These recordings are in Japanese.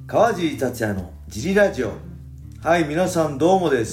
川尻達也のジリラジオ。はい、皆さんどうもです。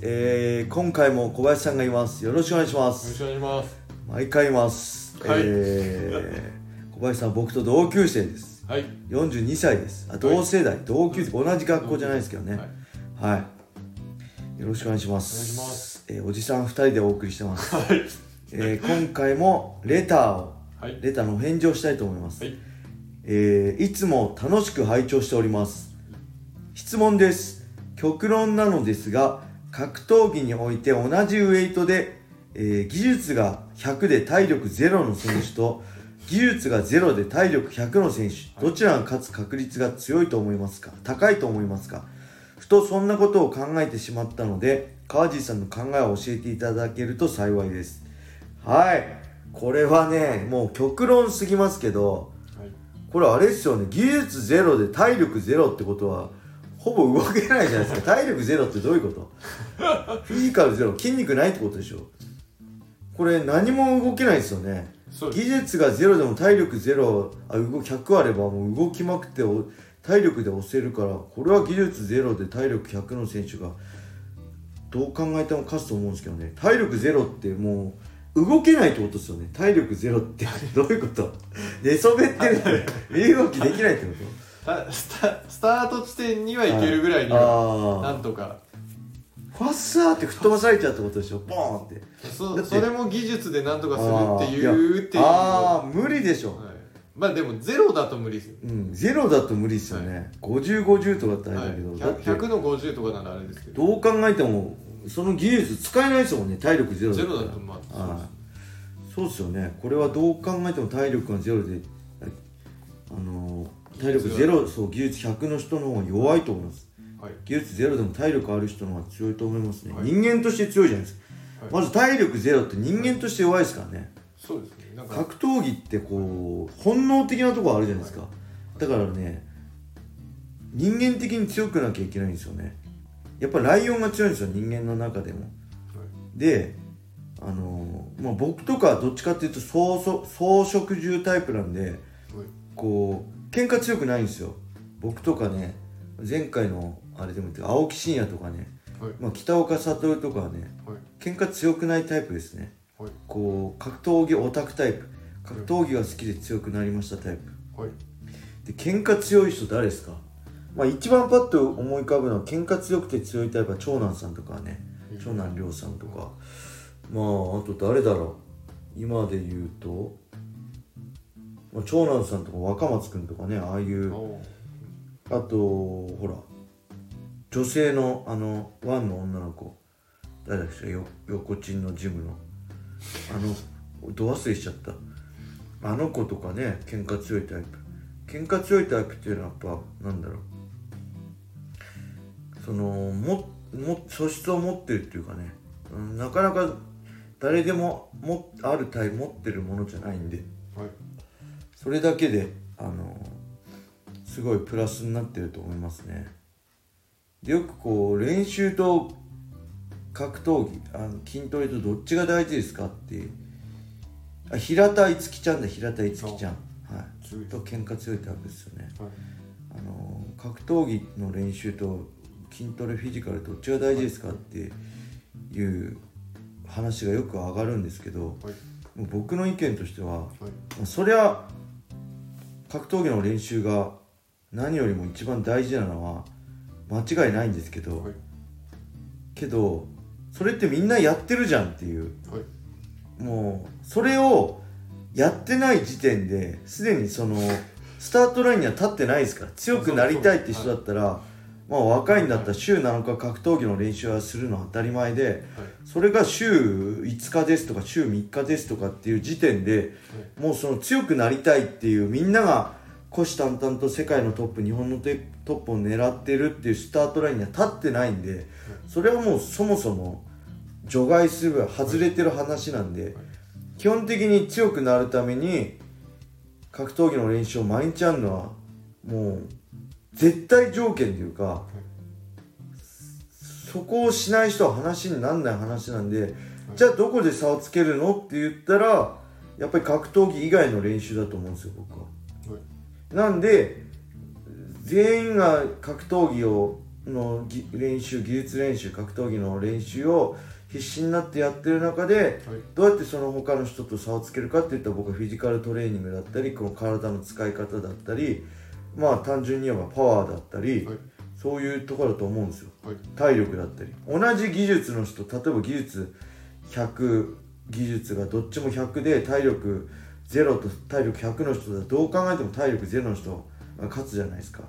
今回も小林さんがいます。よろしくお願いします。 よろしくお願いします。 毎回います。 はい、 小林さんは僕と同級生です。 はい、 42歳です。同世代、同級生、同じ学校じゃないですけどね。はい。よろしくお願いします。 お願いします。 おじさん2人でお送りしてます。 はい。 今回もレターの返事をしたいと思います。 はい。 いつも楽しく拝聴しております。質問です。極論なのですが、格闘技において同じウェイトで、技術が100で体力0の選手と技術が0で体力100の選手、どちらが勝つ確率が強いと思いますか？高いと思いますか？ふとそんなことを考えてしまったので、川尻さんの考えを教えていただけると幸いです。はい、これはね、もう極論すぎますけど、これあれですよね、技術ゼロで体力ゼロってことはほぼ動けないじゃないですか。体力ゼロってどういうこと？フィジカルゼロ、筋肉ないってことでしょ。これ何も動けないですよね。技術がゼロでも体力ゼロ、100あればもう動きまくって体力で押せるから、これは技術ゼロで体力100の選手がどう考えても勝つと思うんですけどね。体力ゼロってもう動けないってことですよね。体力ゼロってどういうこと？寝そべってるって身動きできないってこと？ スタート地点にはいけるぐらいにはなんとかファッサーって吹っ飛ばされちゃうってことでしょ。ボーンって。 それも技術でなんとかするっていう無理でしょ、 はい、まあでもゼロだと無理ですよ、 ゼロだと無理ですよね、はい、50、50とかってあれだけど、 だって 100の50とかならあれですけど、 どう考えてもその技術使えないですもんね。体力ゼロだったら。 ゼロだとまあそうですよね。これはどう考えても体力がゼロで体力ゼロ、そう、技術100の人の方が弱いと思います、はい、技術ゼロでも体力ある人の方が強いと思いますね、はい、人間として強いじゃないですか、はい、まず体力ゼロって人間として弱いですからね、 そうですね。 格闘技ってこう本能的なところあるじゃないですか、はい、だからね、人間的に強くなきゃいけないんですよね。やっぱライオンが強いんですよ、人間の中でも、はい、で僕とかどっちかっていうと草食獣タイプなんで、はい、こう喧嘩強くないんですよ。僕とかね、前回のあれでも言って青木真也とかね、はい、北岡悟とかはね、はい、喧嘩強くないタイプですね、はい、こう格闘技オタクタイプ、格闘技が好きで強くなりましたタイプ、はい、で喧嘩強い人誰ですか？一番パッと思い浮かぶのは喧嘩強くて強いタイプは長男さんとかね、長男亮さんとか、あと誰だろう、今で言うと、長男さんとか若松くんとかね、ああいう、あとほら女性のワンの女の子誰だっけ、横チンのジムのど忘れしちゃった、あの子とかね、喧嘩強いタイプ。喧嘩強いタイプっていうのはやっぱなんだろう、素質を持ってるっていうかね、なかなか誰でも持ってるものじゃないんで、はい、それだけですごいプラスになってると思いますね。でよくこう練習と格闘技、筋トレとどっちが大事ですかって、平田樹ちゃん、はい、と喧嘩強いタイプですよね、はい、格闘技の練習と筋トレフィジカルどっちが大事ですかっていう話がよく上がるんですけど、はい、もう僕の意見としては、はい、そりゃ格闘技の練習が何よりも一番大事なのは間違いないんですけど、はい、けどそれってみんなやってるじゃんっていう、はい、もうそれをやってない時点ですでにスタートラインには立ってないですから。強くなりたいって人だったら、若いんだったら週7日格闘技の練習はするのは当たり前で、はい、それが週5日ですとか週3日ですとかっていう時点で、はい、もう強くなりたいっていう、みんなが虎視眈々と世界のトップ、日本のトップを狙ってるっていうスタートラインには立ってないんで、はい、それはもうそもそも除外すれば外れてる話なんで、はい、基本的に強くなるために格闘技の練習を毎日やるのはもう絶対条件というか、そこをしない人は話にならない話なんで、じゃあどこで差をつけるのって言ったら、やっぱり格闘技以外の練習だと思うんですよ、僕は。なんで全員が格闘技の練習、技術練習、格闘技の練習を必死になってやってる中で、はい、どうやってその他の人と差をつけるかっていったら、僕はフィジカルトレーニングだったり、この体の使い方だったり、まあ単純に言えばパワーだったり、はい、そういうところだと思うんですよ、はい、体力だったり。同じ技術の人、例えば技術100、技術がどっちも100で体力0と体力100の人だと、どう考えても体力0の人が勝つじゃないですか。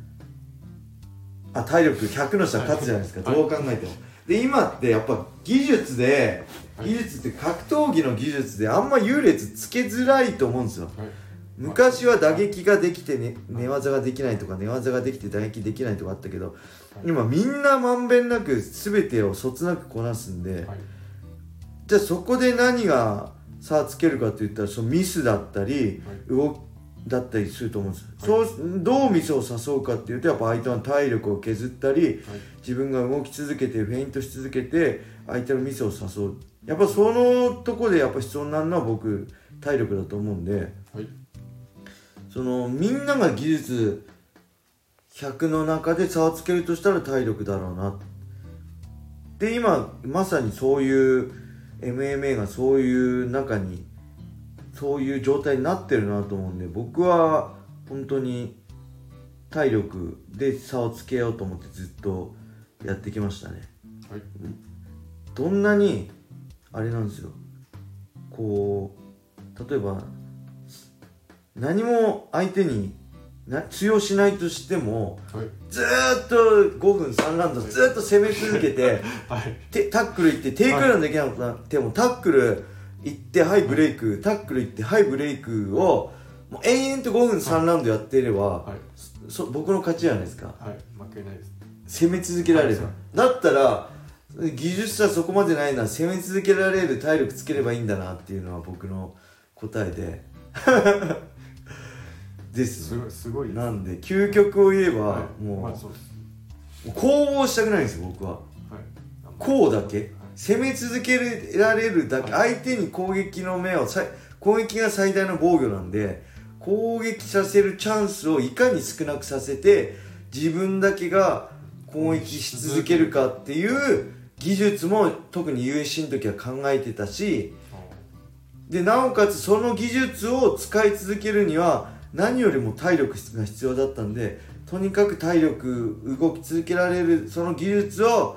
体力100の人は勝つじゃないですか、はい、どう考えても。で、今ってやっぱ技術って格闘技の技術であんま優劣つけづらいと思うんですよ、はい、昔は打撃ができて、寝技ができないとか、寝技ができて打撃できないとかあったけど、今みんなまんべんなく全てをそつなくこなすんで、はい、じゃあそこで何が差をつけるかといったら、そのミスだったり、はい、動きだったりすると思うんですよ、はい、どうミスを誘うかっていうと、やっぱ相手の体力を削ったり、はい、自分が動き続けてフェイントし続けて相手のミスを誘う。やっぱそのとこでやっぱ必要になるのは僕体力だと思うんで、はい、そのみんなが技術100の中で差をつけるとしたら体力だろうな。で、今まさにそういう MMA がそういう中にそういう状態になってるなと思うんで、僕は本当に体力で差をつけようと思ってずっとやってきましたね、はい、どんなにあれなんですよ、こう例えば何も相手に通用しないとしても、はい、ずーっと5分3ラウンドずーっと攻め続けて、はい、タックルいってテイクダウンできなくなっても、タックル行ってはいブレイク、タックル行ってはいブレイクをもう延々と5分3ラウンドやっていれば、はい、僕の勝ちじゃないですか、はい、負けないです。攻め続けられる、はい、だったら技術者そこまでないなら攻め続けられる体力つければいいんだなっていうのは僕の答えでです。すごいなんで究極を言えば、はい、もう、まあ、そうです。攻防したくないんですよ僕は、はい、こうだけ、はい、攻め続けられるだけ、はい、相手に攻撃の目を攻撃が最大の防御なんで、攻撃させるチャンスをいかに少なくさせて自分だけが攻撃し続けるかっていう技術も特に USC の時は考えてたし、でなおかつその技術を使い続けるには何よりも体力が必要だったんで、とにかく体力動き続けられるその技術を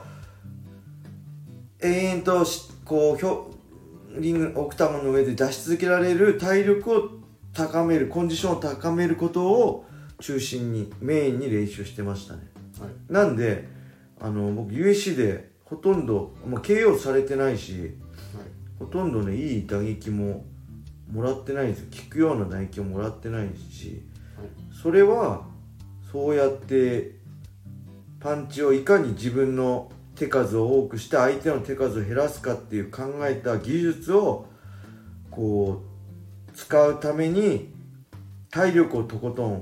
延々とこうリングオクタゴンの上で出し続けられる体力を高める、コンディションを高めることを中心にメインに練習してましたね、はい、なんで僕 USC でほとんど、KO されてないし、はい、ほとんどねいい打撃ももらってないんですよ。効くような打撃をもらってないし、はい、それはそうやってパンチをいかに自分の手数を多くして相手の手数を減らすかっていう考えた技術をこう使うために体力をとことん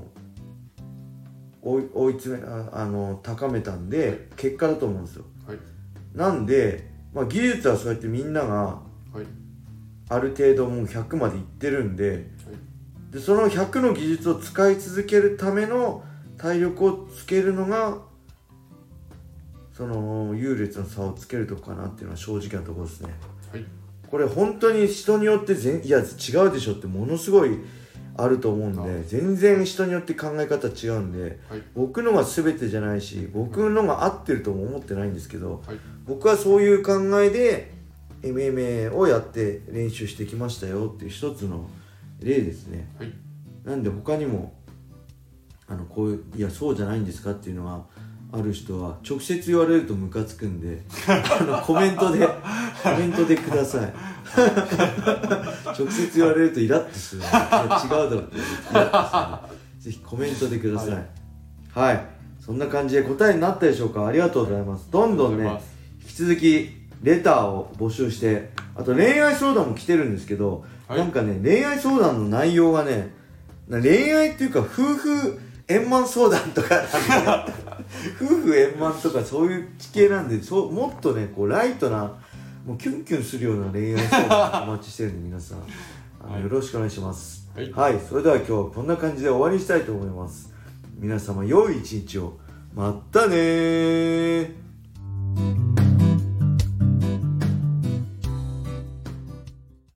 追い詰め高めたんで結果だと思うんですよ、はい、なんで、技術はそうやってみんなが、はい、ある程度もう100までいってるんで、はい、でその100の技術を使い続けるための体力をつけるのがその優劣の差をつけるとこかなっていうのは正直なところですね、はい、これ本当に人によっていや違うでしょってものすごいあると思うんで、全然人によって考え方違うんで、はい、僕のが全てじゃないし僕のが合ってるとも思ってないんですけど、はい、僕はそういう考えで MMA をやって練習してきましたよっていう一つの例ですね、はい、なんで他にもこういういやそうじゃないんですかっていうのはある人は直接言われるとムカつくんでコメントでください直接言われるとイラッとするので違うだろってイラッとするのでぜひコメントでください。はい、はい、そんな感じで答えになったでしょうか。ありがとうございます。どんどんね引き続きレターを募集して、あと恋愛相談も来てるんですけど、はい、なんかね恋愛相談の内容がね恋愛っていうか夫婦円満相談とか夫婦円満とかそういう地形なんで、もっとねこうライトなもうキュンキュンするような恋愛相談お待ちしてるんで皆さんよろしくお願いします。はい、はい、それでは今日はこんな感じで終わりにしたいと思います。 皆様良い一日を。またねー。